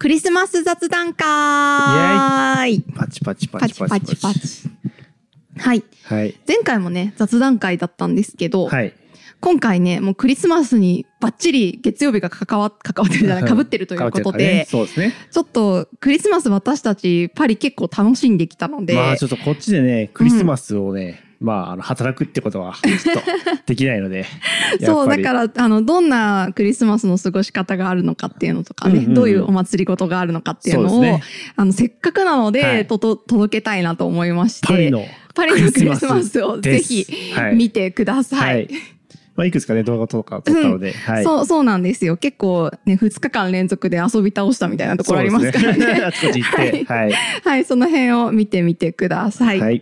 クリスマス雑談会。 パチパチパチパチパチパチ。 はい。 はい。 前回もね、雑談会だったんですけど、 はい。 今回ね、もうクリスマスにバッチリ月曜日が関わってるじゃない、被ってるということで、 ね、そうですね。 ちょっとクリスマス私たちパリ結構楽しんできたので、 まあちょっとこっちでね、クリスマスをね、まあ働くってことはちょっとできないので。 そう、だからどんなクリスマスの過ごし方があるのかっていうのとかね、どういうお祭りごとがあるのかっていうのを、ね、せっかくなので、はい、届けたいなと思いまして、パリのクリスマスをぜひ見てください。はい、 まあ、いくつかね、動画とか撮ったので、はい。 そうなんですよ。結構ね、2日間連続で遊び倒したみたいなところありますからね。 あちこち行って、はい。 はい、その辺を見てみてください。はい。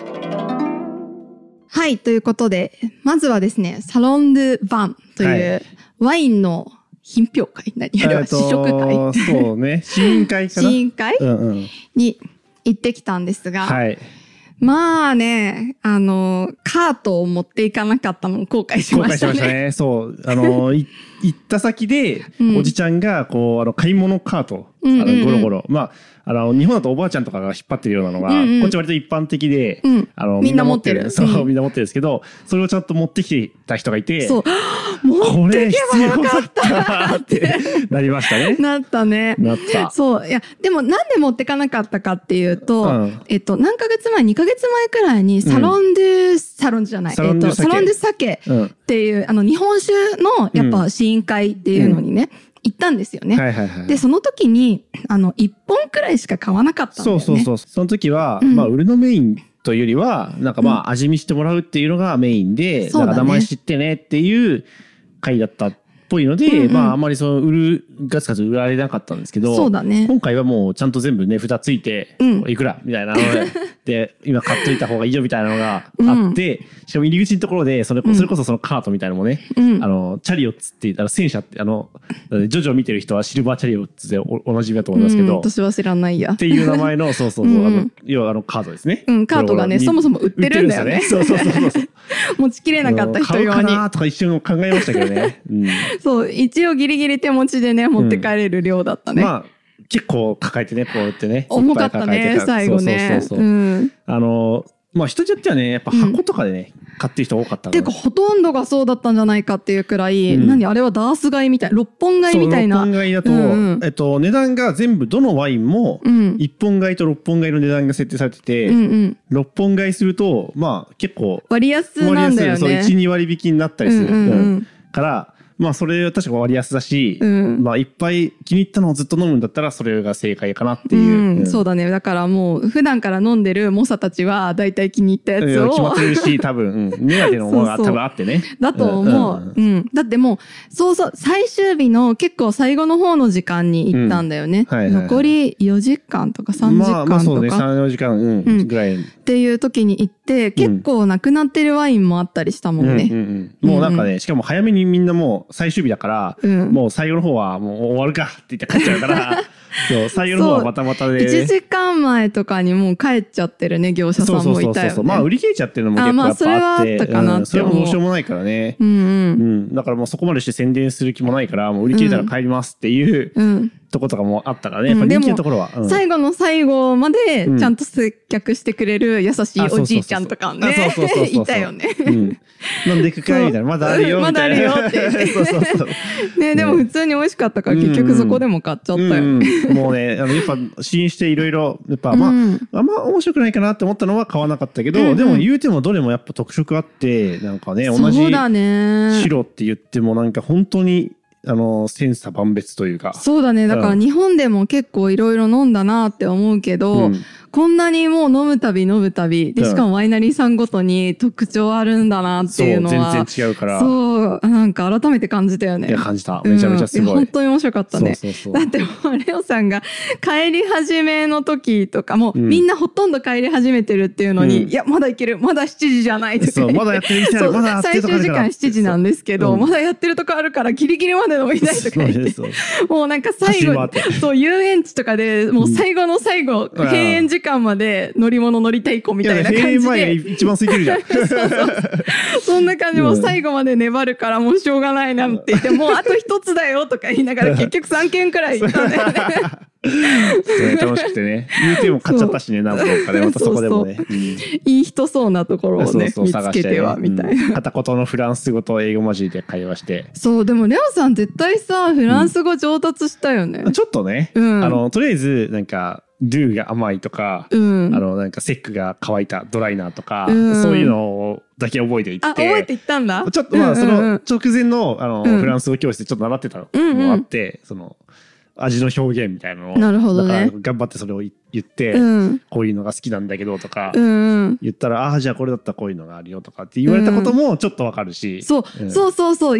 はい、ということで、まずはですね、サロン・ドゥ・ヴァンというワインの品評会、試食会。 そうね、試飲会かな。 試飲会に行ってきたんですが、はい。まあね、カートを持っていかなかったのを後悔しましたね。後悔しましたね。 そう。行った先で、おじちゃんが、こう、買い物カート、ゴロゴロ。まあ、日本だとおばあちゃんとかが引っ張ってるようなのが、こっち割と一般的で、 みんな持ってる。 そう、みんな持ってるんですけど、それをちゃんと持ってきてた人がいて、 そう。持ってけばよかったってなりましたね。 なったね。 なった。 そう。いや、でもなんで持ってかなかったかっていうと、何ヶ月前、2ヶ月前くらいにサロンじゃない、サロンドゥサケっていう、日本酒のやっぱ試飲会っていうのにね、行ったんですよね。で、その時に、1本くらいしか買わなかったんだよね。 そう。その時は、まあ、売るのメインというよりは、なんかまあ、味見してもらうっていうのがメインで、なんか名前知ってねっていう会だったっぽいので、まあ、あんまりガツガツ売られなかったんですけど、 そうだね。 今回はもうちゃんと全部値札ついて、いくらみたいなので、今買っといた方がいいよみたいなのがあって、しかも入り口のところで、それこそそのカートみたいなのもね、チャリオッツって、戦車って、ジョジョ見てる人はシルバーチャリオッツでおなじみだと思いますけど、 私は知らないや。 っていう名前の、そう、要はカートですね。 カートがね、そもそも売ってるんだよね。 そう。 持ちきれなかった人用に。 買うかなとか一瞬考えましたけどね。 そう、一応ギリギリ手持ちでね、持って帰れる量だったね。 まあ、結構抱えてね、こうやってね。 重かったね、最後ね。 そう。まあ人によってはね、やっぱ箱とかでね、買ってる人多かったから。 ていうか、ほとんどがそうだったんじゃないかっていうくらい、あれはダース買いみたいな、6本買いみたいな。 6本買いだと、値段が全部どのワインも、1本買いと6本買いの値段が設定されてて、6本買いすると、まあ結構、 割安なんだよね。 そう、1、2割引きになったりする。から、まあそれは確か割安だし、まあいっぱい気に入ったのをずっと飲むんだったらそれが正解かなっていう。 そうだね。だからもう普段から飲んでる猛者たちは大体気に入ったやつを。 決まってるし、多分、ネガティブなものが多分あってね。 だと思う。だってもう、最終日の結構最後の方の時間に行ったんだよね。残り4時間とか3時間とか。 まあそうね、3、4時間、ぐらい。 っていう時に行って、結構なくなってるワインもあったりしたもんね。 もうなんかね、しかも早めにみんなもう最終日だから、もう最後の方はもう終わるかって言って帰っちゃうから、そう最後の方はまたまたで。 1時間前とかにもう帰っちゃってるね、業者さんもいたよね。 まあ売り切れちゃってるのも結構やっぱあって。 それはあったかなって思う。 それはどうしようもないからね。だからもうそこまでして宣伝する気もないから、もう売り切れたら帰りますっていう、とことかもあったからね。やっぱ人気のところは。 最後の最後までちゃんと接客してくれる優しいおじいちゃんとかね。いたよね。 飲んでいくかみたいな。まだあるよみたいな。 まだあるよって。ね、でも普通に美味しかったから結局そこでも買っちゃったよ。 もうね、やっぱ試飲していろいろ、やっぱまあ、あんま面白くないかなって思ったのは買わなかったけど、でも言うてもどれもやっぱ特色あって、なんかね、同じ白って言ってもなんか本当に、千差万別というか。 そうだね。だから日本でも結構いろいろ飲んだなって思うけど、こんなにもう飲むたびで、しかもワイナリーさんごとに特徴あるんだなっていうのは。 そう、全然違うから。 そう、なんか改めて感じたよね。 いや、感じた。めちゃめちゃすごい。 本当に面白かったね。だってもう、レオさんが帰り始めの時とかも、みんなほとんど帰り始めてるっていうのに、いや、まだいける。まだ7時じゃないとか。 そう、まだやってるみたいな。 最終時間7時なんですけど、まだやってるとこあるからギリギリまで飲みたいとか言って。もうなんか最後、そう、遊園地とかで、もう最後の最後、閉園時間まで乗り物乗りたい子みたいな感じで。 閉園前が一番空いてるじゃん。 そんな感じ、もう最後まで粘るからもうしょうがないなって言って、もうあと一つだよとか言いながら結局3軒くらい行ったんだよね。 楽しくてね。言うても買っちゃったしね、何本かね。またそこでもね。 いい人そうなところをね、見つけては、みたいな。 片言のフランス語と英語文字で会話して。 そう、でもレオさん絶対さ、フランス語上達したよね。 ちょっとね。とりあえず、なんか、ドゥが甘いとか、なんかセックが乾いたドライナーとか、そういうのをだけ覚えていって。 覚えていったんだ。 ちょっとその直前のフランス語教室でちょっと習ってたのもあって、その味の表現みたいなのを。 なるほどね。 だから頑張ってそれを言って、こういうのが好きなんだけどとか、言ったら、じゃあこれだったらこういうのがあるよとかって言われたこともちょっとわかるし。そう。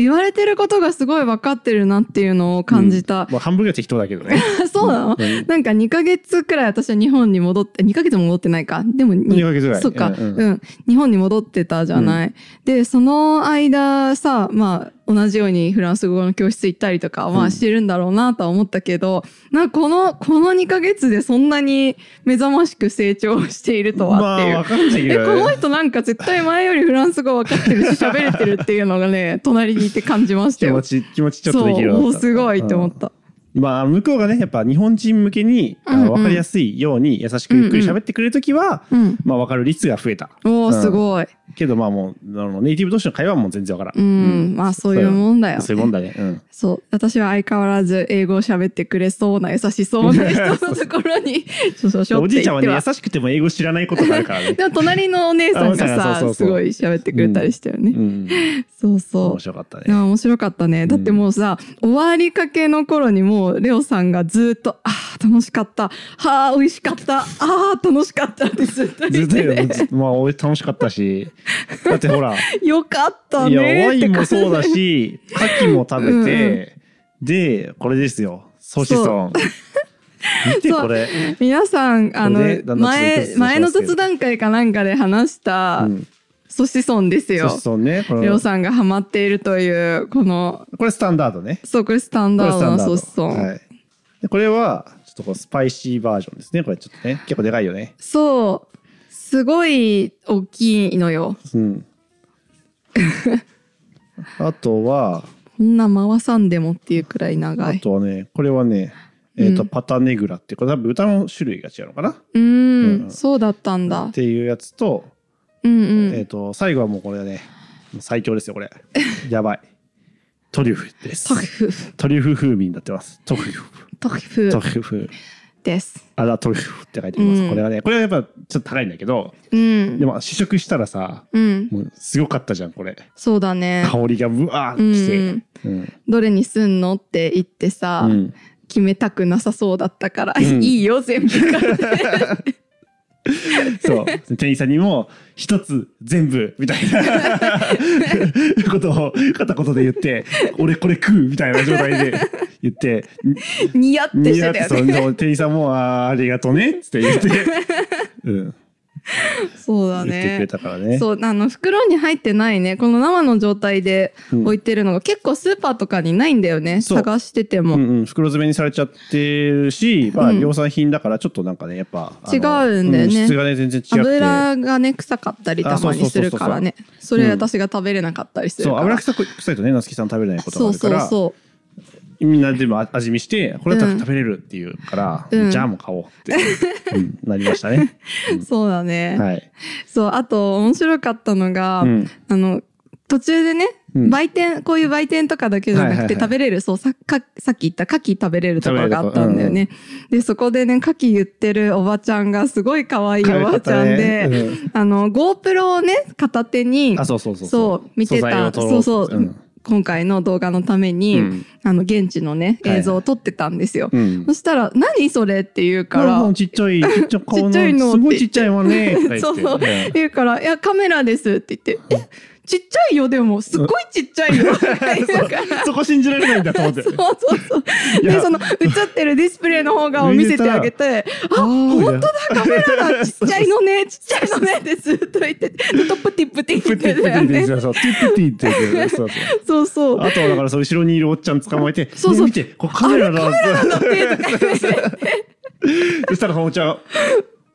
言われてることがすごい分かってるなっていうのを感じた。 半分ぐらい適当だけどね。 そうなの？なんか2ヶ月くらい私は日本に戻って、2ヶ月も戻ってないか。でも 2ヶ月ぐらい。 そっか。日本に戻ってたじゃない。で、その間さ、同じようにフランス語の教室行ったりとか、してるんだろうなとは思ったけど、この2ヶ月でそんなに目覚ましく成長しているとはっていう。 わかんないけどね。 この人なんか絶対前よりフランス語分かってるし喋れてるっていうのがね、隣にいて感じましたよ。 気持ちちょっとできるようになった。 すごいって思った。 向こうがね、やっぱ日本人向けに分かりやすいように優しくゆっくり喋ってくれるときは、分かる率が増えた。 すごい。 けどもうネイティブ同士の会話も全然分からん。 そういうもんだよ。 そういうもんだね。 そう。私は相変わらず英語を喋ってくれそうな優しそうな人のところにおじいちゃんはね、優しくても英語知らないことがあるからね。 でも隣のお姉さんがさ、すごい喋ってくれたりしたよね。そうそう。 面白かったね。 面白かったね。だってもうさ、終わりかけの頃にもうレオさんがずっと、楽しかった。美味しかった。楽しかったってずっと言ってて。 俺楽しかったし。だってほら。 よかったね。 いや、ワインもそうだし、牡蠣も食べて、で、これですよ。ソシソン。見てこれ。 皆さん、前の雑談会かなんかで話した、ソシソンですよ。 ソシソンね。 レオさんがハマっているという、これスタンダードね。 そう、これスタンダードのソシソン。 はい。でこれは、ちょっとスパイシーバージョンですね。これちょっとね。結構でかいよね。 そう。すごい大きいのよ。 あとは、 こんな回さんでもっていうくらい長い。 あとはね、これはね、パタネグラっていう、これ多分豚の種類が違うのかな。 そうだったんだ。 っていうやつと、最後はもうこれはね、最強ですよ、これ。やばい。トリュフです。トリュフ風味になってます。トリュフ。 トリュフ。です。 トリュフって書いてあります。これはね、これはやっぱちょっと高いんだけど、でも試食したらさ、もうすごかったじゃん、これ。 そうだね。 香りがブワーってどれにすんのって言ってさ、決めたくなさそうだったから、いいよ、全部から。 そう。店員さんにも、一つ全部、みたいなことを片言で言って、俺これ食うみたいな状態で言って、 ニヤってしてたよね。 そう、店員さんも、ありがとうねって言って、 そうだね。 言ってくれたからね。 そう、袋に入ってないね。この生の状態で置いてるのが結構スーパーとかにないんだよね。探してても。 袋詰めにされちゃってるし、量産品だからちょっとなんかね、やっぱ。 違うんだよね。 質がね、全然違って。 油がね、臭かったりたまにするからね。それ私が食べれなかったりするから。 そう、油臭いとね、なつきさん食べれないことがあるから。そうみんなでも味見して、これだったら食べれるっていうから、じゃあもう買おうってなりましたね。 そうだね。 はい。 そう、あと面白かったのが、途中でね、こういう売店とかだけじゃなくて食べれる、そう、さっき言った牡蠣食べれるところがあったんだよね。で、そこでね、牡蠣言ってるおばちゃんがすごい可愛いおばちゃんで、GoPro をね、片手に、そう、見てた、そう。今回の動画のために、現地のね、映像を撮ってたんですよ。そしたら、何それって言うから。 ちっちゃいの。すごいちっちゃいわね。 そう。言うから、いや、カメラですって言って、ちっちゃいよ、でも、すっごいちっちゃいよ。 そこ信じられないんだと思って。 そう。で、映ってるディスプレイの方を見せてあげて、本当だ、カメラだ、ちっちゃいのねってずっと言ってて、トップティップって言ってたよね。 そう、ティップティって言って。そう。あとはだから、後ろにいるおっちゃん捕まえて、見て、これカメラだって。そしたらそのおっちゃん、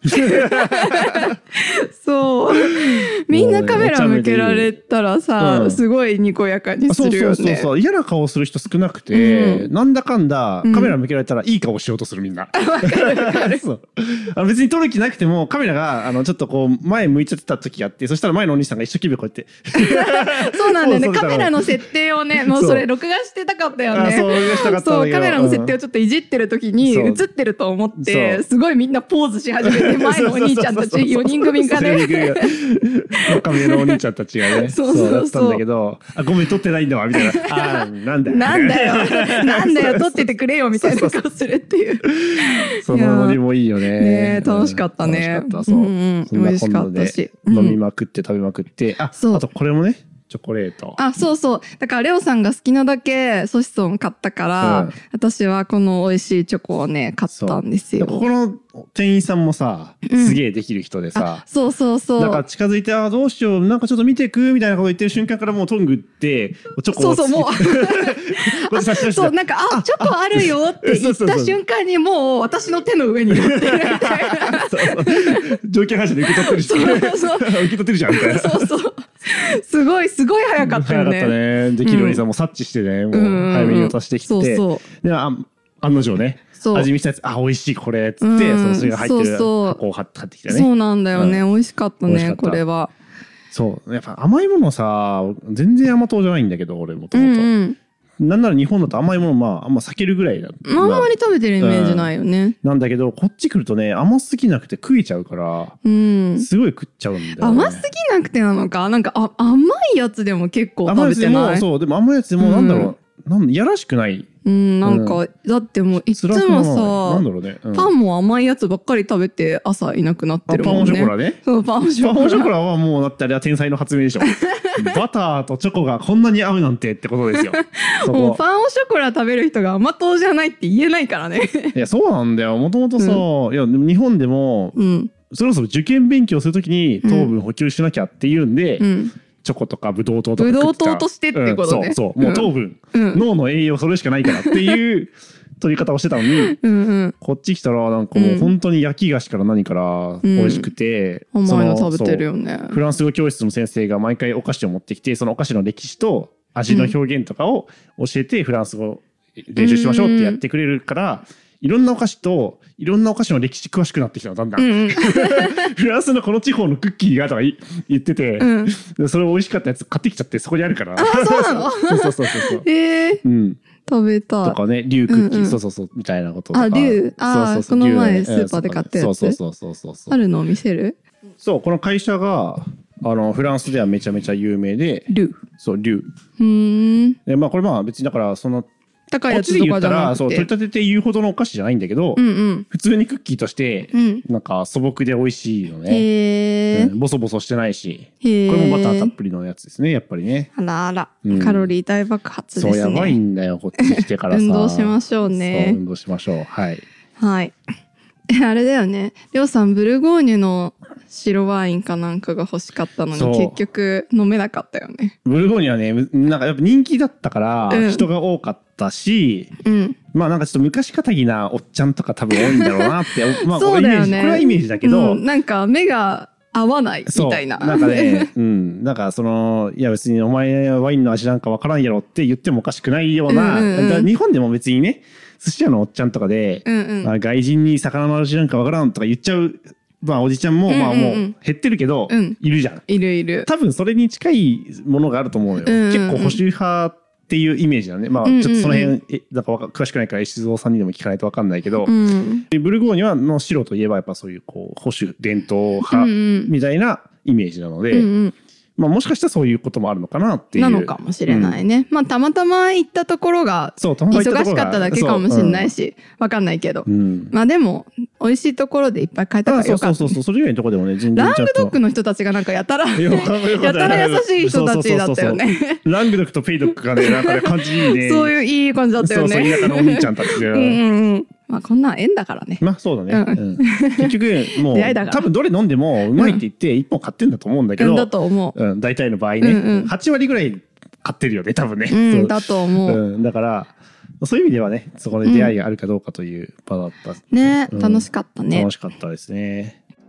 そうみんなカメラ向けられたらさ、すごいにこやかにするよね。 そう嫌な顔する人少なくて、なんだかんだカメラ向けられたらいい顔しようとするみんな。別に撮る気なくてもカメラがちょっとこう前向いちゃってた時があって、そしたら前のお兄さんが一生懸命こうやってそうなんだよね。カメラの設定をね、もうそれ録画してたかったよね。そうカメラの設定をちょっといじってる時に映ってると思ってすごいみんなポーズし始めて、前のお兄ちゃんたち4人組がね若めのお兄ちゃんたちがねそうだったんだけど、ごめん撮ってないんだわみたいな、なんだよ撮っててくれよみたいな顔するっていうそのノリもいいよね。 楽しかったね。 楽しかった。そう美味しかったし、飲みまくって食べまくって、あとこれもねチョコレート。 そうだからレオさんが好きなだけソシソン買ったから、私はこの美味しいチョコをね買ったんですよ。 ここの店員さんもさ、すげえできる人でさ、 そうだから近づいてどうしようなんかちょっと見てくみたいなこと言ってる瞬間からもうトングってチョコをもうなんかチョコあるよって言った瞬間にもう私の手の上に乗ってるみたいな条件反射で受け取ってるし受け取ってるじゃんみたいな。 すごい早かったよね。 早かったね。できるようにさもう察知してね、もう早めに渡してきて、で案の定ね味見したやつ美味しいこれっつってそれが入ってる箱を買ってきたね。 そうなんだよね。美味しかったねこれは。 そうやっぱ甘いものさ全然甘党じゃないんだけど俺もともと。なんなら日本だと甘いものあんま避けるぐらいだ。 あんまり食べてるイメージないよね。 なんだけどこっち来るとね甘すぎなくて食えちゃうからすごい食っちゃうんだよね。 甘すぎなくてなのかなんか甘いやつでも結構食べてない。 そうでも甘いやつでもなんだろうやらしくない。 なんかだってもういつもさなんだろうね、 パンも甘いやつばっかり食べて朝いなくなってるもんね。 パンオショコラね。 そうパンオショコラはもうだってあれは天才の発明でしょバターとチョコがこんなに合うなんてってことですよもうパンオショコラ食べる人が甘党じゃないって言えないからねいやそうなんだよ。もともとさ、いや日本でも、そろそろ受験勉強するときに糖分補給しなきゃっていうんで、チョコとかブドウ糖とかブドウ糖としてってことね。 そうもう糖分、脳の栄養それしかないからっていう取り方をしてたのにこっち来たらなんかもう本当に焼き菓子から何から美味しくて、 甘いの食べてるよね。 フランス語教室の先生が毎回お菓子を持ってきてそのお菓子の歴史と味の表現とかを教えてフランス語練習しましょうってやってくれるからいろんなお菓子の歴史詳しくなってきたのだんだんフランスのこの地方のクッキーがとか言ってて、それ美味しかったやつ買ってきちゃってそこにあるから。 そうなのそう食べたとかねリュウクッキーそうみたいなこととか。 リュウこの前スーパーで買ったやつそうあるのを見せる。 そうこの会社がフランスではめちゃめちゃ有名でリュウそうリュウでこれ別にだからその高いやつとかじゃなくてそう取り立てて言うほどのお菓子じゃないんだけど、普通にクッキーとしてなんか素朴で美味しいのね。ボソボソしてないしこれもバターたっぷりのやつですねやっぱりね。 あらカロリー大爆発ですね。 そうやばいんだよこっち来てからさ運動しましょうね。 そう運動しましょう。はいあれだよねりょうさんブルゴーニュの白ワインかなんかが欲しかったのに結局飲めなかったよね。 ブルゴーニュはねなんかやっぱ人気だったから人が多かったし、なんかちょっと昔かたぎなおっちゃんとか多分多いんだろうなってそうだよね。 これはイメージだけど、 なんか目が合わないみたいな。 なんかねなんかいや別にお前ワインの味なんかわからんやろって言ってもおかしくないような、日本でも別にね寿司屋のおっちゃんとかで、外人に魚の味なんかわからんとか言っちゃうおじちゃんももう減ってるけど、いるじゃん。 いる多分それに近いものがあると思うよ。結構保守派っていうイメージだね。ちょっとその辺だから詳しくないから石蔵さんにでも聞かないと分かんないけど、ブルゴーニュの白といえばやっぱそういう保守伝統派みたいなイメージなので、もしかしたらそういうこともあるのかなっていう。 なのかもしれないね。たまたま行ったところが忙しかっただけかもしれないし、わかんないけど。でも美味しいところでいっぱい買えたからよかった。 それ以外のところでもね全然。 ラングドックの人たちがなんかやたら優しい人たちだったよね。 ラングドックとペイドックがねなんか感じいいね。 そういういい感じだったよね。 田舎のお兄ちゃんたちで。 こんなん縁だからね。 そうだね。結局もう多分どれ飲んでもうまいって言って1本買ってんだと思うんだけど、 だと思う。 大体の場合ね8割ぐらい買ってるよね多分ね。 だと思う。 だからそういう意味ではねそこで出会いがあるかどうかという場だったね。楽しかったね。 楽しかったですね。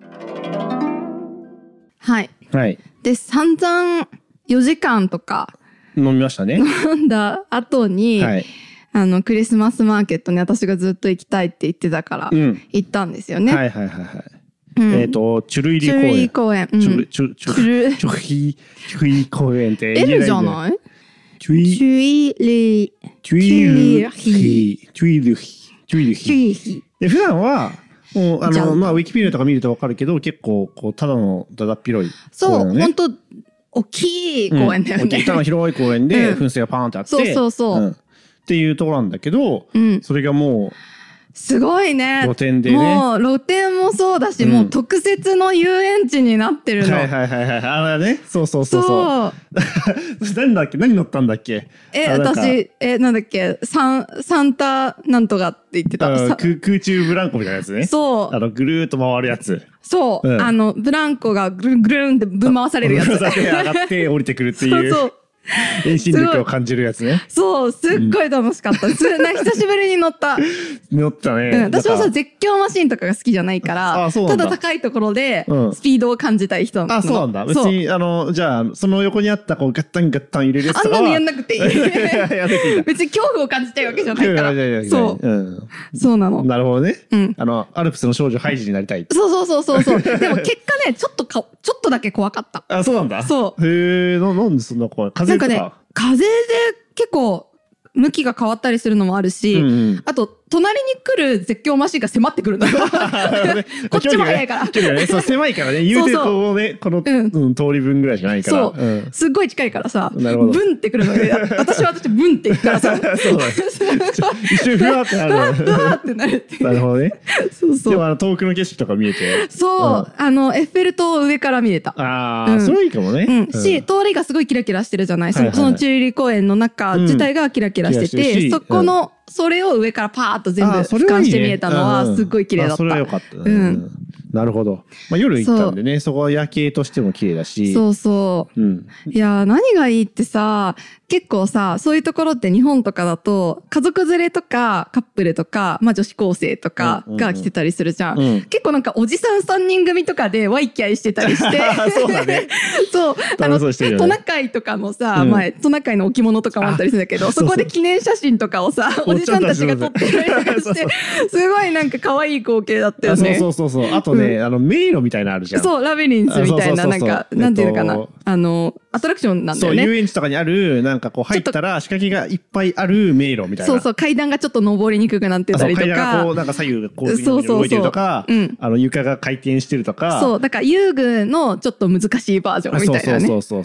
はい。 はい。 で、散々4時間とか飲みましたね。 飲んだ後に、はい、クリスマスマーケットに私がずっと行きたいって言ってたから、行ったんですよね。 はいはいはいはい。チュルイリ公園。 チュルイ公園って L じゃない？ チュイルヒ。普段は、もうまあ、ウィキペディアとか見ると分かるけど、結構、こう、ただのだだっ広い、ね。 そう、本当大きい公園だよね。 ただの広い公園で、噴水がパーンってあって。 そう。 っていうところなんだけど、それがもう、 すごいね。 露店でね。 もう露店もそうだし、もう特設の遊園地になってるの。 はい。あれね。そう。何乗ったんだっけ？ 私、なんだっけ？サンタなんとかって言ってた。 空中ブランコみたいなやつね。 そう。 ぐるーっと回るやつ。 そう。ブランコがぐるんぐるんってぶん回されるやつ。 上がって降りてくるっていう。そう。遠心力を感じるやつね。 そう、すっごい楽しかった。久しぶりに乗った。 乗ったね。 私はさ、絶叫マシンとかが好きじゃないから、ただ高いところで、スピードを感じたい人なの。 そうなんだ。別に、じゃあ、その横にあった、こう、ガッタン揺れるやつとかは。 あんなのやんなくていい。別に恐怖を感じたいわけじゃないから。そう。そうなの。 なるほどね。アルプスの少女ハイジになりたい。 そう。でも結果ね、ちょっとだけ怖かった。 あ、そうなんだ。 そう。 へえ、なんでそんな怖い？風とか？ なんかね、風で結構向きが変わったりするのもあるし、あと隣に来る絶叫マシンが迫ってくるのよ。こっちも早いから。 距離がね、そう狭いからね、言うてこうね、この、通り分ぐらいしかないから。 そう。すっごい近いからさ、ブンってくるのよ。私ブンって行くからさ。そうだね。 一瞬ふわってなる。 ふわってなるっていう。 なるほどね。 そう。 でも遠くの景色とか見えて。 そう。エッフェル塔を上から見れた。 ああ、それはいいかもね。 通りがすごいキラキラしてるじゃない。そのチューリー公園の中自体がキラキラしてて、それを上からパーッと全部俯瞰して見えたのはすっごい綺麗だった。 それは良かったね。なるほど。まあ、夜行ったんでね、そこは夜景としても綺麗だし。 そう。いや、何がいいってさ、結構さ、そういうところって日本とかだと、家族連れとかカップルとか、まあ女子高生とかが来てたりするじゃん。結構なんかおじさん3人組とかでワイキャイしてたりして。 そうだね。 そう。トナカイとかもさ、前、トナカイの置物とかもあったりするんだけど、そこで記念写真とかをさ、おじさんたちが撮ってたりとかして、すごいなんか可愛い光景だったよね。 そう。あとね、迷路みたいなのあるじゃん。 そう、ラビリンスみたいな、なんか、なんていうのかな。アトラクションなんだよね。 そう、遊園地とかにある、なんかこう入ったら仕掛けがいっぱいある迷路みたいな。 そう、階段がちょっと登りにくくなってたりとか。 階段がこう、なんか左右がこう動いてるとか、床が回転してるとか。 そう、だから遊具のちょっと難しいバージョンみたいなね。 そう。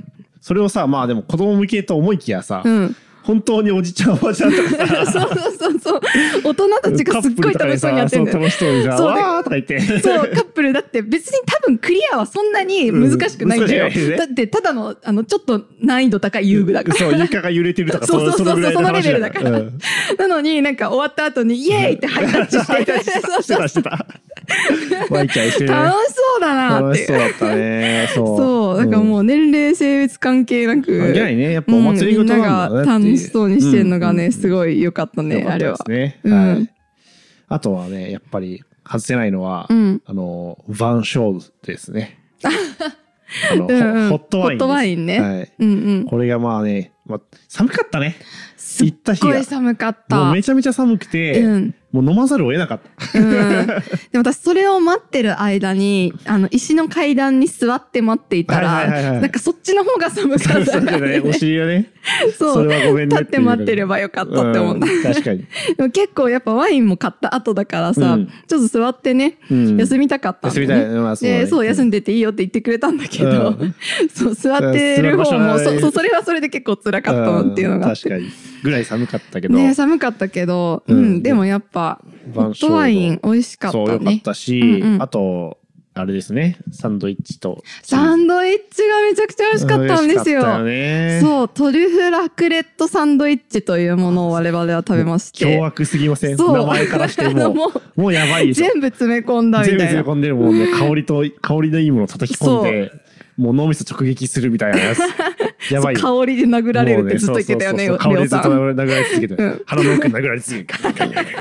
それをさ、まあでも子供向けと思いきやさ、本当におじちゃんおばちゃんとかさそう大人たちがすっごい楽しそうにやってるんだよ。 楽しそうにさわーとか言ってそうカップルだって別に多分クリアはそんなに難しくないんだよ、だってただのちょっと難易度高い遊具だから、 そう床が揺れてるとかそのレベルだから、なのになんか終わった後にイエーイってハイタッチしてたワイキャイして楽しそうだなって。 楽しそうだったね。 そうだからもう年齢性別関係なく関係ないね、やっぱお祭りごとなんだね、 楽しそうにしてるのがね、すごい良かったね、あれは。 あとはね、やっぱり外せないのは、ヴァンショーですね。ホットワインね。これがまあね、寒かったね。 すっごい寒かった。 もうめちゃめちゃ寒くて、もう飲まざるを得なかった。 で私それを待ってる間に石の階段に座って待っていたら、なんかそっちの方が寒かったね。 お尻がね。 そう。 それはごめんね。 立って待ってればよかったって思った。 確かに。 でも結構やっぱワインも買った後だからさ、ちょっと座ってね、休みたかったんだよね。 休みたい。 で、そう休んでていいよって言ってくれたんだけど、そう座ってる方もそれはそれで結構辛かったっていうのがあって。 確かに。ぐらい寒かったけど。 ね、寒かったけど、でもやっぱホットワイン美味しかったね。 そうよかったし、あとあれですね、サンドイッチがめちゃくちゃ美味しかったんですよ。そう、トリュフラクレットサンドイッチというものを我々は食べまして。 凶悪すぎません？名前からしてもうやばいでしょ。 全部詰め込んだみたいな。 全部詰め込んでるもんね。香りのいいものを叩き込んで、もう脳みそ直撃するみたいなやつ。やばい。 香りで殴られるってずっと言ってたよね、 香りでずっと殴られ続けて。鼻の奥に殴られ続けて。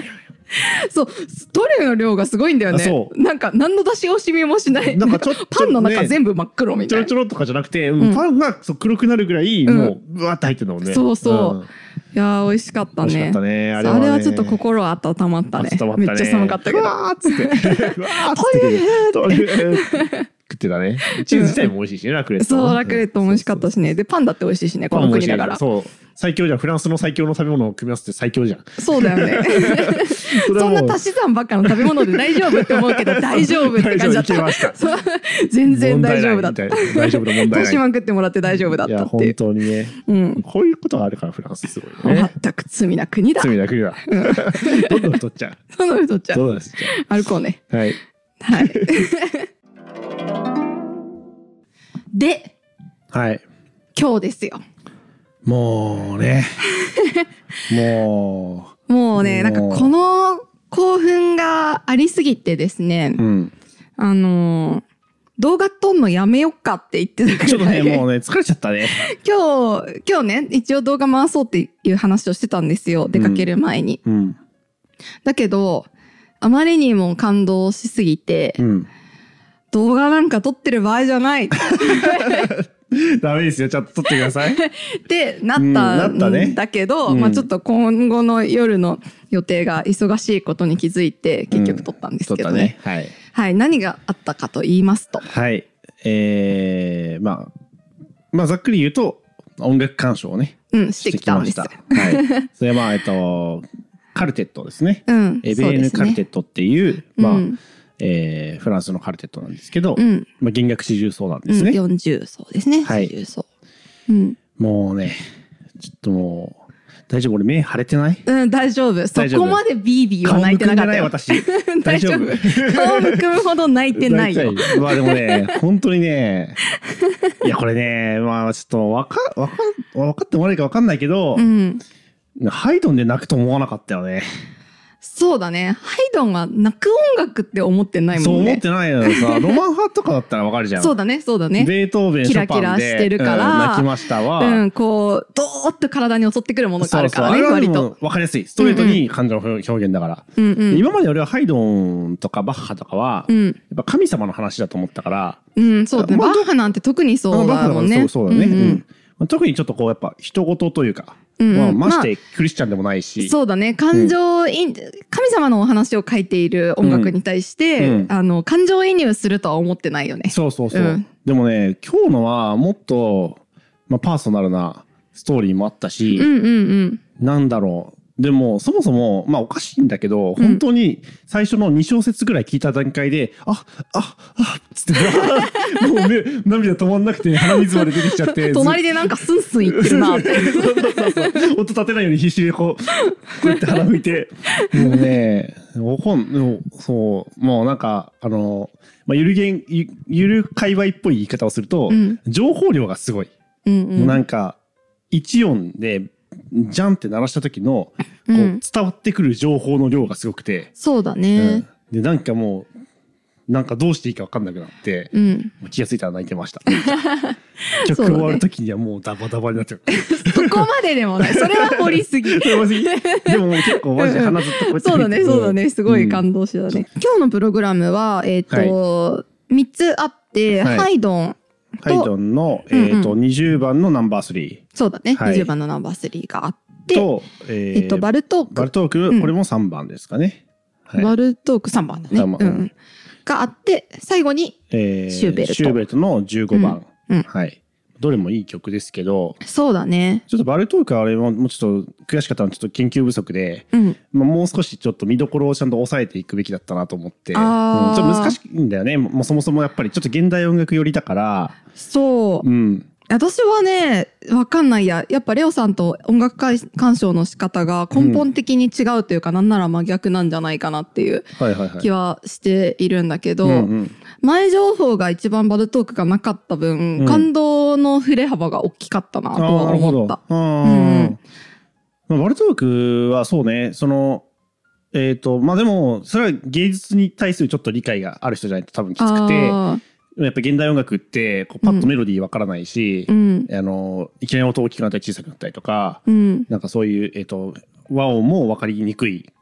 そう、トリュフの量がすごいんだよね。なんか何の出し惜しみもしない。なんかちょっとパンの中全部真っ黒みたいな。 ちょろちょろとかじゃなくて、パンが黒くなるぐらいもうブワーって入ってるのね。 そうそう。いや美味しかったね。 美味しかったね。 あれはちょっと心温まったね。めっちゃ寒かったけど。 わーっつって。うわーっつって。食ってたね。チーズ自体も美味しいしね、ラクレット。 そう、ラクレットも美味しかったしね。で、パンだって美味しいしね、この国だから。 そう。最強じゃん。フランスの最強の食べ物を組み合わせて最強じゃん。 そうだよね。そんな足し算ばっかの食べ物で大丈夫って思うけど、大丈夫って感じだった。全然大丈夫だった。 大丈夫だ、問題ない。 足しまくってもらって大丈夫だったっていう。 いや、本当にね。こういうことがあるから、フランスすごいね。 全く罪な国だ。 罪な国だ。どんどん太っちゃう。 どんどん太っちゃう。 そうです。 歩こうね。 はい。 はい。で、 はい。 今日ですよ。 もうね。もうね、なんかこの興奮がありすぎてですね、動画撮んのやめよっかって言ってたから。 ちょっとね、もうね、疲れちゃったね。 今日ね、一応動画回そうっていう話をしてたんですよ。出かける前に。だけど、あまりにも感動しすぎて、動画なんか撮ってる場合じゃない。 ダメですよ。ちょっと撮ってください。 ってなったんだけど、まあちょっと今後の夜の予定が忙しいことに気づいて結局撮ったんですけどね。 はい。 はい。何があったかと言いますと。 はい。まあざっくり言うと音楽鑑賞をね。 してきたんです。はい。 それはカルテットですね。エベーヌカルテットっていう、まあ、フランスのカルテットなんですけど、まあ、弦楽四重奏なんですね。 40奏ですね。 はい。 四重奏。 もうね、ちょっともう、大丈夫？俺目腫れてない？ 大丈夫。そこまでビービーは泣いてなかったよ。 顔むくんでない私。大丈夫？ 顔むくむほど泣いてないよ。 まあでもね、本当にね、いやこれね、まあちょっと分かってもらえるか分かんないけど、ハイドンで泣くと思わなかったよね。 そうだね。ハイドンは泣く音楽って思ってないもんね。 そう思ってないのよさ。ロマン派とかだったらわかるじゃん。 そうだね。ベートーベン、 キラキラしてるから。 泣きましたわ。 こう、ドーッと体に襲ってくるものがあるからね、割と。 わかりやすい。ストレートに感情の表現だから。今まで俺はハイドンとかバッハとかは、やっぱ神様の話だと思ったから。 そうだね。バッハなんて特にそうだもんね。 そうだね。特にちょっとこうやっぱ人事というか。ましてクリスチャンでもないし、 そうだね。神様のお話を書いている音楽に対して、感情移入するとは思ってないよね。 そう。でもね、今日のはもっと、まあ、パーソナルなストーリーもあったし、なんだろう。でもそもそもまあおかしいんだけど、本当に最初の2小節ぐらい聞いた段階でつってもう涙止まんなくて鼻水まで出てきちゃって隣でなんかスンスン言ってるなってそう音立てないように必死でこうやって鼻拭いてもうねそうもうなんかまあ、ゆる界隈っぽい言い方をすると、情報量がすごい、もうなんか1音でジャンって鳴らした時のこう伝わってくる情報の量がすごくて、 そうだね、 でなんかもうなんかどうしていいか分かんなくなって、気がついたら泣いてました曲終わる時にはもうダバダバになってるそこまででもないそれは掘りすぎでも結構マジで鼻ずっとこうやってそうだねすごい感動してたね、今日のプログラムは3つあって、ハイドンの、20番のナンバー3。 そうだね。20番のナンバー3があって。 と、 バルトーク。 これも3番ですかね。 バルトーク3番だね。があって、最後に、シューベルト。 シューベルトの15番。はい。どれもいい曲ですけど。 そうだね。 ちょっとバルトークはあれもうちょっと悔しかったのはちょっと研究不足で、まあもう少しちょっと見どころをちゃんと抑えていくべきだったなと思って。ちょっと難しいんだよね。もうそもそもやっぱりちょっと現代音楽寄りだから。 そう。私はね、わかんないや。やっぱレオさんと音楽鑑賞の仕方が根本的に違うというか、なんなら真逆なんじゃないかなっていう気はしているんだけど、前情報が一番バルトークがなかった分、感動の振れ幅が大きかったなとは思った。 バルトークはそうね、まあでも、それは芸術に対するちょっと理解がある人じゃないと多分きつくて、やっぱ現代音楽ってこうパッとメロディーわからないし、いきなり音大きくなったり小さくなったりとか、なんかそういう、和音も分かりにくい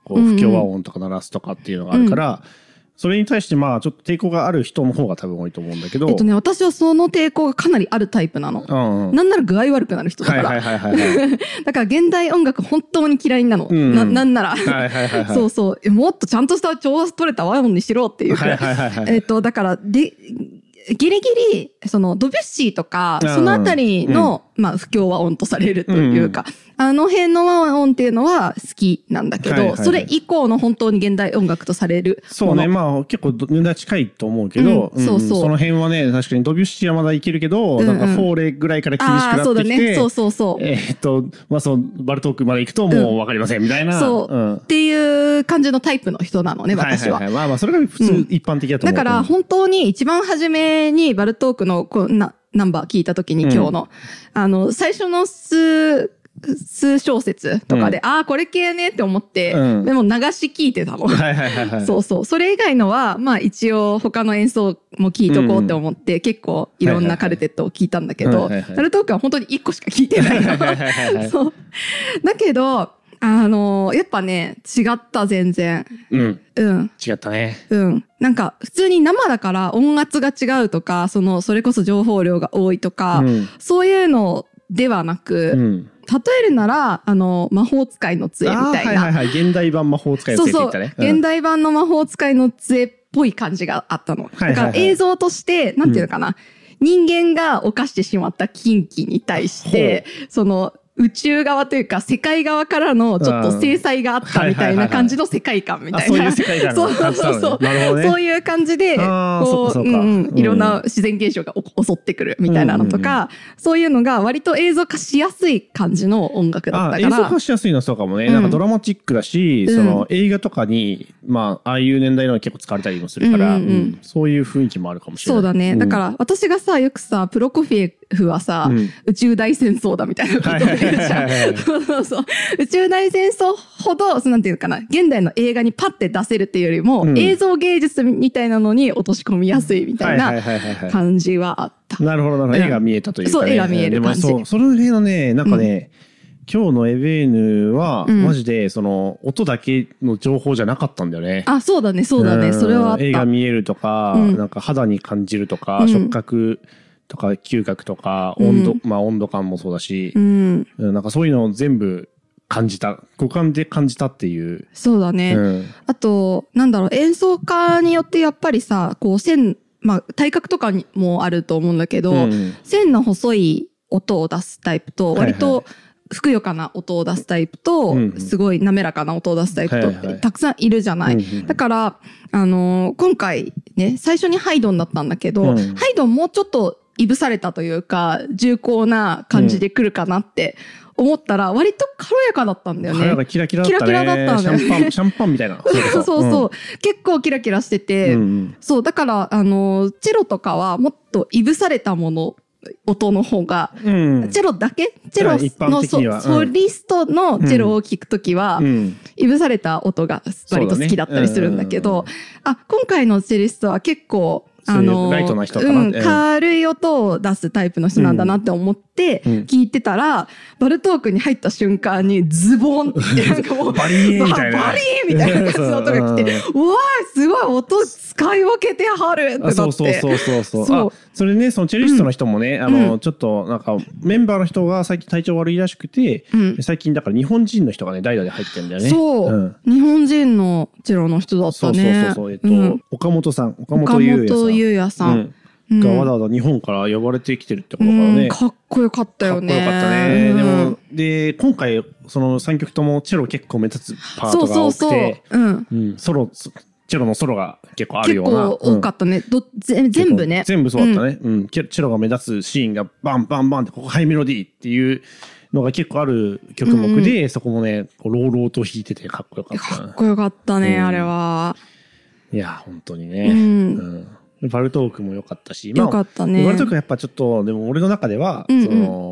こう不協和音とか鳴らすとかっていうのがあるから、それに対してまあちょっと抵抗がある人の方が多分多いと思うんだけど、 私はその抵抗がかなりあるタイプなの。なんなら具合悪くなる人だから。だから現代音楽本当に嫌いなの。なんなら。そうそう。もっとちゃんとした調和取れた和音にしろっていうくらい。だから、ギリギリ、そのドビュッシーとか、そのあたりの、まあ不協和音とされるというか、あの辺の和音っていうのは好きなんだけど、それ以降の本当に現代音楽とされる。 そうね、まあ結構年代近いと思うけど、その辺はね、確かにドビュッシーはまだいけるけど、なんかフォーレぐらいから厳しくなってきて、そうだね、まあバルトークまで行くともうわかりませんみたいな。 っていう感じのタイプの人なのね、私は。 まあそれが普通一般的だと思う。 だから本当に一番初めにバルトークのナンバー聞いた時に今日の、最初の数小節とかで、これ系ねって思って、でも流し聞いてたの。そうそう。それ以外のは、まあ一応他の演奏も聞いとこうって思って、結構いろんなカルテットを聞いたんだけど、バルトークは本当に1個しか聞いてないの。そう。だけど、やっぱね、違った、全然。 違ったね。 なんか、普通に生だから音圧が違うとか、それこそ情報量が多いとか、そういうのではなく、例えるなら、魔法使いの杖みたいな。 現代版魔法使いの杖って言ったね。 現代版の魔法使いの杖っぽい感じがあったの。だから映像として、なんていうのかな。人間が犯してしまった禁忌に対して、宇宙側というか世界側からのちょっと制裁があったみたいな感じの世界観みたいな。 そういう世界観の感じなのね。 そういう感じで、こう、いろんな自然現象が襲ってくるみたいなのとか、そういうのが割と映像化しやすい感じの音楽だったから。 映像化しやすいのはそうかもね。なんかドラマチックだし、映画とかに、まあ、ああいう年代の結構使われたりもするから、そういう雰囲気もあるかもしれない。 そうだね。だから私がさ、よくさ、プロコフィエフはさ、宇宙大戦争だみたいなことを言うじゃん。宇宙大戦争ほど、なんていうかな、現代の映画にパッて出せるっていうよりも、映像芸術みたいなのに落とし込みやすいみたいな感じはあった。 なるほど、絵が見えたというか、ね。 そう、絵が見える感じ。 その辺のね、なんかね、今日のエベーヌは、マジで、音だけの情報じゃなかったんだよね。 そうだね、そうだね。それはあった。 絵が見えるとか、なんか肌に感じるとか、触覚とか嗅覚とか、温度感もそうだし、なんかそういうのを全部感じた。五感で感じたっていう。 そうだね。あと、なんだろう、演奏家によってやっぱりさ、こうまあ、体格とかにもあると思うんだけど、線の細い音を出すタイプと、割と、ふくよかな音を出すタイプと、すごい滑らかな音を出すタイプと、たくさんいるじゃない。だから、今回ね、最初にハイドンだったんだけど、ハイドンもうちょっといぶされたというか、重厚な感じで来るかなって思ったら、割と軽やかだったんだよね。 キラキラだったね。 キラキラだったんだよね。 シャンパンみたいな。 そう。結構キラキラしてて、そう、だから、チェロとかはもっといぶされたもの、音の方が、チェロだけチェロのソリストのチェロを聞くときは、いぶされた音が割と好きだったりするんだけど、今回のチェリストは結構、 ライトな人かな、 軽い音を出すタイプの人なんだなって思って聞いてたら、バルトークに入った瞬間にズボンってなんかもうバリーみたいなバリーみたいな感じの音が来て、うわーすごい音使い分けてはるってなって。 そうそれね、そのチェリストの人もね、ちょっとなんかメンバーの人が最近体調悪いらしくて、最近だから日本人の人がね代打で入ってるんだよね。 そう、日本人のチェロの人だったね。 岡本さん、岡本優也さんがわざわざ日本から呼ばれてきてるってことからね、 かっこよかったよね。 かっこよかったね。で今回その3曲ともチェロ結構目立つパートが多くて、チェロのソロが結構あるような。 結構多かったね。全部ね。 全部そうだったね。チェロが目立つシーンがバンバンバンって、ここハイメロディーっていうのが結構ある曲目で、そこもね、朗々と弾いててかっこよかった。 かっこよかったね、あれは。 いや、本当にね。バルトークも良かったし。 良かったね。 バルトークはやっぱちょっと、でも俺の中では、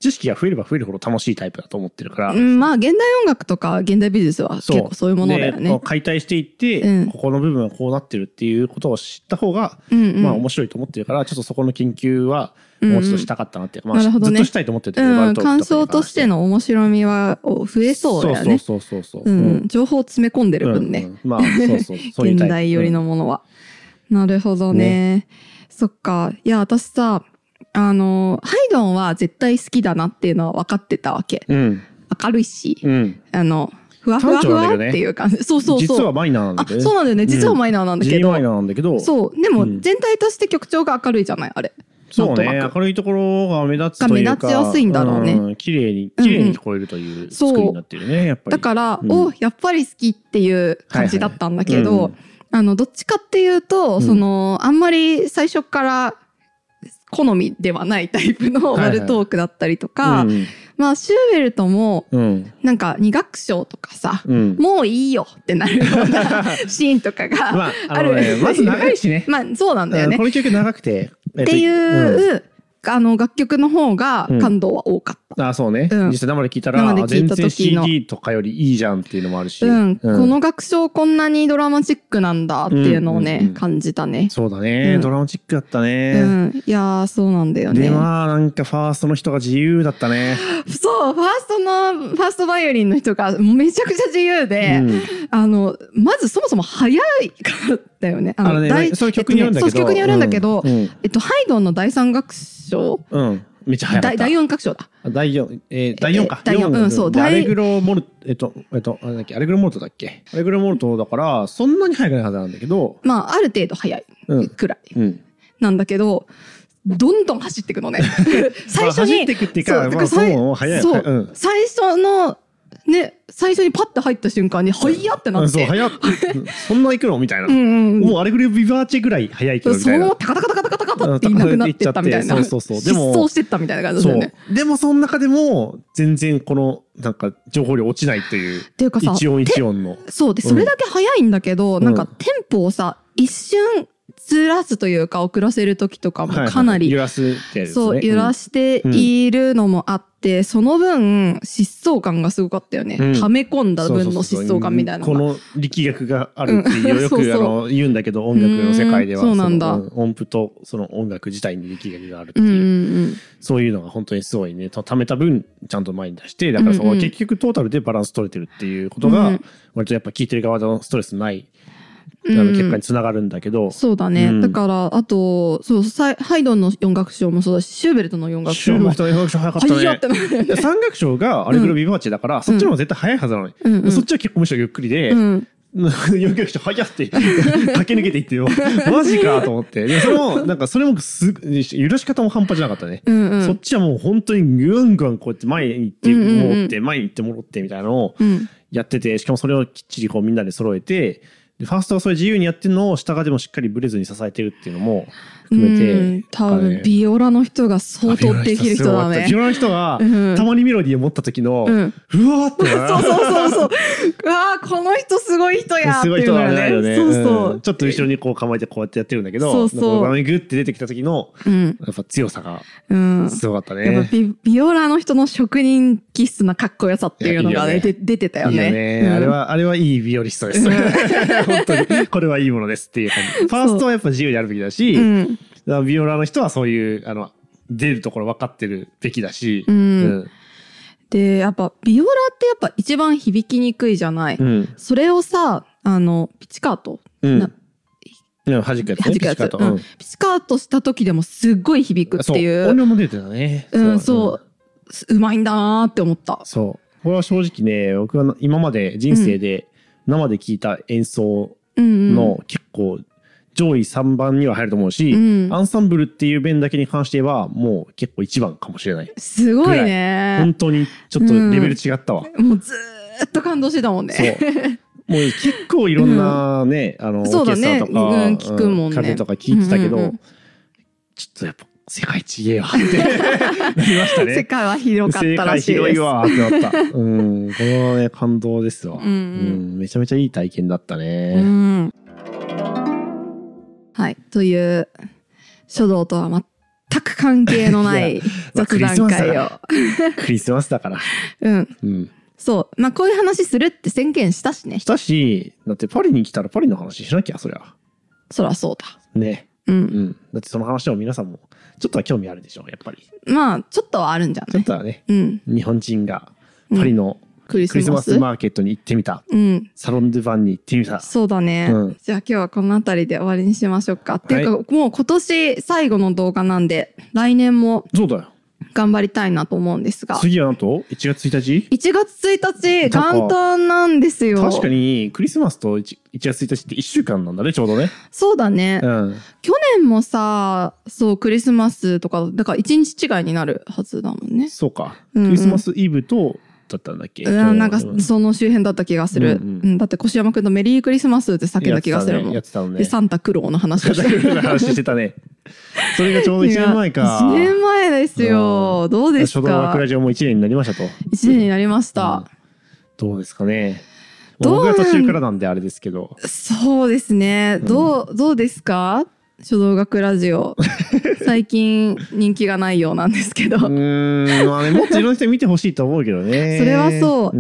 知識が増えれば増えるほど楽しいタイプだと思ってるから、 まあ現代音楽とか現代美術は結構そういうものだよね。 解体していって、ここの部分はこうなってるっていうことを知った方が、まあ面白いと思ってるから、ちょっとそこの研究はもうちょっとしたかったなって、まあずっとしたいと思ってて、 感想としての面白みは増えそうだよね。 そう。 情報を詰め込んでる分ね。 まあそう現代寄りのものは。なるほどね。そっか。いや、私さ、ハイドンは絶対好きだなっていうのは分かってたわけ。明るいし、ふわふわふわっていう感じ。そう。 実はマイナーなんだけどね。 そうなんだよね。実はマイナーなんだけど。 G マイナーなんだけど。 そう。でも全体として曲調が明るいじゃない、あれ。 そうね。明るいところが目立つというか。 目立ちやすいんだろうね。 綺麗に聞こえるという作りになってるね、やっぱり。 だから、やっぱり好きっていう感じだったんだけど、どっちかっていうと、あんまり最初から好みではないタイプのワルトークだったりとか、まあシューベルトもなんか2楽章とかさ、もういいよってなるようなシーンとかがある。 まず長いしね。 まあそうなんだよね。 この曲長くてっていう楽曲の方が感動は多かった。 あ、そうね。実際生で聞いたら全然 CD とかよりいいじゃんっていうのもあるし、この楽章こんなにドラマチックなんだっていうのをね感じたね。 そうだね。ドラマチックだったね。 いやそうなんだよね。 でまあなんかファーストの人が自由だったね。 そう、ファーストバイオリンの人がめちゃくちゃ自由で、まずそもそも早いかったよね。 そういう曲によるんだけど、 そう曲によるんだけど、ハイドンの第3楽章、 めっちゃ早かった。 第4楽章だ。 第4か。 第4、そう。 アレグロモルト、なんだっけ、アレグロモルトだっけ。アレグロモルトだから、そんなに早くないはずなんだけど。 まあ、ある程度早いくらい。なんだけど、どんどん走っていくのね。最初に。 走っていくっていうか、そう、早い。 そう。最初の、最初にパッて入った瞬間に、早っってなって。 そう、早っ。そんな行くのみたいな。もうアレグロビバーチェぐらい早いけどみたいな。 そのタカタカタカタカタカタっていなくなってったみたいな。 そう。 でも、失踪してったみたいな感じだよね。 でも、その中でも、全然この、なんか、情報量落ちないっていう。 っていうかさ、 一音一音の。 そうで、それだけ早いんだけど、なんか、テンポをさ、一瞬、ずらすというか遅らせる時とかもかなり揺らすってやつですね。 そう揺らしているのもあって、その分疾走感がすごかったよね。溜め込んだ分の疾走感みたいなのが。 この力学があるっていうよく言うんだけど、音楽の世界ではそうなんだ。 音符とその音楽自体に力学があるっていう、そういうのが本当にすごいね。溜めた分ちゃんと前に出して、だからその結局トータルでバランス取れてるっていうことが割とやっぱ聴いてる側のストレスない。結果につながるんだけど、 そうだね、だからあとハイドンの4楽章もそうだし、シューベルトの4楽章も 4楽章早かったね。3楽章がアレグロビバーチェだから、そっちの方が絶対早いはずなのに、そっちは結構むしろゆっくりで、4楽章早って駆け抜けていってよマジかと思って。でそれも揺らし方も半端じゃなかったね。そっちはもう本当にグワングワンこうやって前に行って戻って前に行って戻ってみたいなのをやってて、しかもそれをきっちりこうみんなで揃えて、ファーストがそれ自由にやってるのを下がでもしっかりブレずに支えてるっていうのも含めて、 多分ビオラの人が相当できる人だね。 ビオラの人がたまにメロディーを持った時の、うわーってそううわーこの人すごい人やっていうのがね。 そうちょっと後ろにこう構えてこうやってやってるんだけど、画面グッて出てきた時のやっぱ強さがすごかったね。 やっぱビオラの人の職人気質なかっこよさっていうのが出てたよね。 あれはいいビオリストです。本当にこれはいいものですっていう感じ。ファーストはやっぱ自由であるべきだし、ビオラの人はそういう出るところ分かってるべきだし、 でやっぱビオラってやっぱ一番響きにくいじゃない。それをさピチカート、 弾くやつね。 ピチカートした時でもすっごい響くっていう。 音量も出てたね。 うまいんだなって思った。 そう。これは正直ね、僕は今まで人生で生で聴いた演奏の結構上位3番には入ると思うし、アンサンブルっていう面だけに関してはもう結構1番かもしれない。 すごいね。 本当にちょっとレベル違ったわ。 もうずーっと感動してたもんね。 もう結構いろんなね、オーケストラとか、カレとか聞いてたけど、ちょっとやっぱ世界一言えわってなりましたね。 世界は広かったらしいです。 世界広いわってなった。このね感動ですわ。めちゃめちゃいい体験だったね。 はい、という書道とはく関係のない雑談会を。 クリスマスだから。 うん。そう。まあこういう話するって宣言したしね。 したし、だってパリに来たらパリの話しなきゃ、そりゃ。 そらそうだ。 ね。うん。だってその話を皆さんもちょっとは興味あるでしょ、やっぱり。 まあちょっとはあるんじゃない？ ちょっとはね。日本人がパリのクリスマスマーケットに行ってみた。サロン・ドゥ・ヴァンに行ってみた。 そうだね。じゃあ今日はこのあたりで終わりにしましょうか。っていうかもう今年最後の動画なんで、来年も。そうだよ。頑張りたいなと思うんですが。 次はなんと1月1日 ?1 月1日、元旦なんですよ。 確かにクリスマスと 1月1日って1週間なんだね、ちょうどね。 そうだね。去年もさ、そう、クリスマスとか、だから1日違いになるはずだもんね。 そうか。クリスマスイブと、だったんだっけ？ なんかその周辺だった気がする。だって越山くんとメリークリスマスって叫んだ気がするもん。で、サンタクローの話をしてたね。それがちょうど1年前か。 1年前ですよ。どうですか？ 初動学ラジオも1年になりましたと。 1年になりました。 どうですかね。僕は途中からなんであれですけど。 そうですね。どうですか？書道学ラジオ最近人気がないようなんですけどまあね、もっといろんな人見てほしいと思うけどね。 それはそう。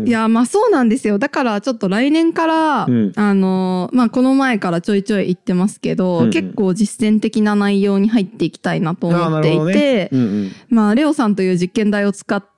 いやまあそうなんですよ。だからちょっと来年から、まあこの前からちょいちょい言ってますけど、結構実践的な内容に入っていきたいなと思っていて、まあレオさんという実験台を使って、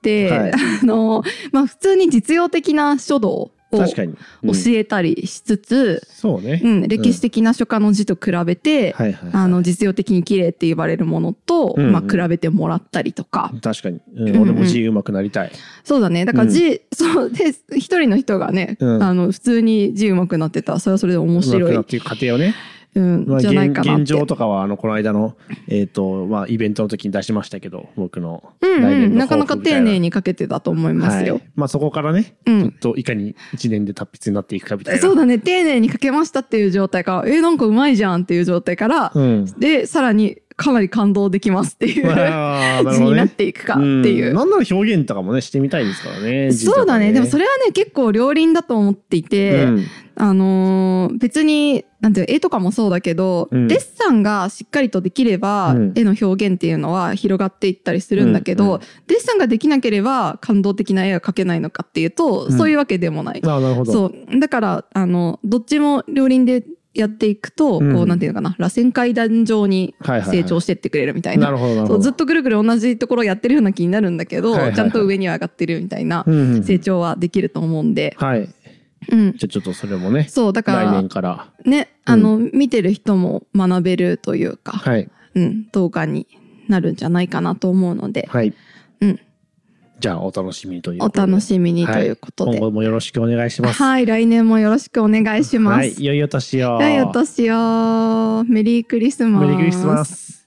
まあ普通に実用的な書道を教えたりしつつ、 そうね。 歴史的な書家の字と比べて、実用的に綺麗って言われるものと、まあ比べてもらったりとか。 確かに。俺も字上手くなりたい。 そうだね。だからそうで、一人の人がね、普通に字上手くなってたら、それはそれで面白い。 上手くなっていう過程をね。 じゃないかなって。 現状とかはこの間のまあイベントの時に出しましたけど、僕のなかなか丁寧にかけてたと思いますよ。 まあそこからね、いかに1年で達筆になっていくかみたいな。 そうだね。丁寧にかけましたっていう状態から、なんかうまいじゃんっていう状態から、でさらにかなり感動できますっていう字になっていくかっていう。 なんなら表現とかもねしてみたいですからね。 そうだね。でもそれはね結構両輪だと思っていて、別になんていう絵とかもそうだけど、デッサンがしっかりとできれば、絵の表現っていうのは広がっていったりするんだけど、デッサンができなければ感動的な絵が描けないのかっていうと、そういうわけでもない。 なるほど。 そうだからどっちも両輪でやっていくと、こうなんていうのかな、螺旋階段状に成長してってくれるみたいな。そうずっとぐるぐる同じところやってるような気になるんだけど、ちゃんと上には上がってるみたいな成長はできると思うんで。 じゃあちょっとそれもね。 そうだから来年からね、見てる人も学べるというか、動画になるんじゃないかなと思うので。 じゃあお楽しみにということで。お楽しみにということで。 今後もよろしくお願いします。 はい、来年もよろしくお願いします。 良いお年を。 良いお年を。メリークリスマス。 メリークリスマス。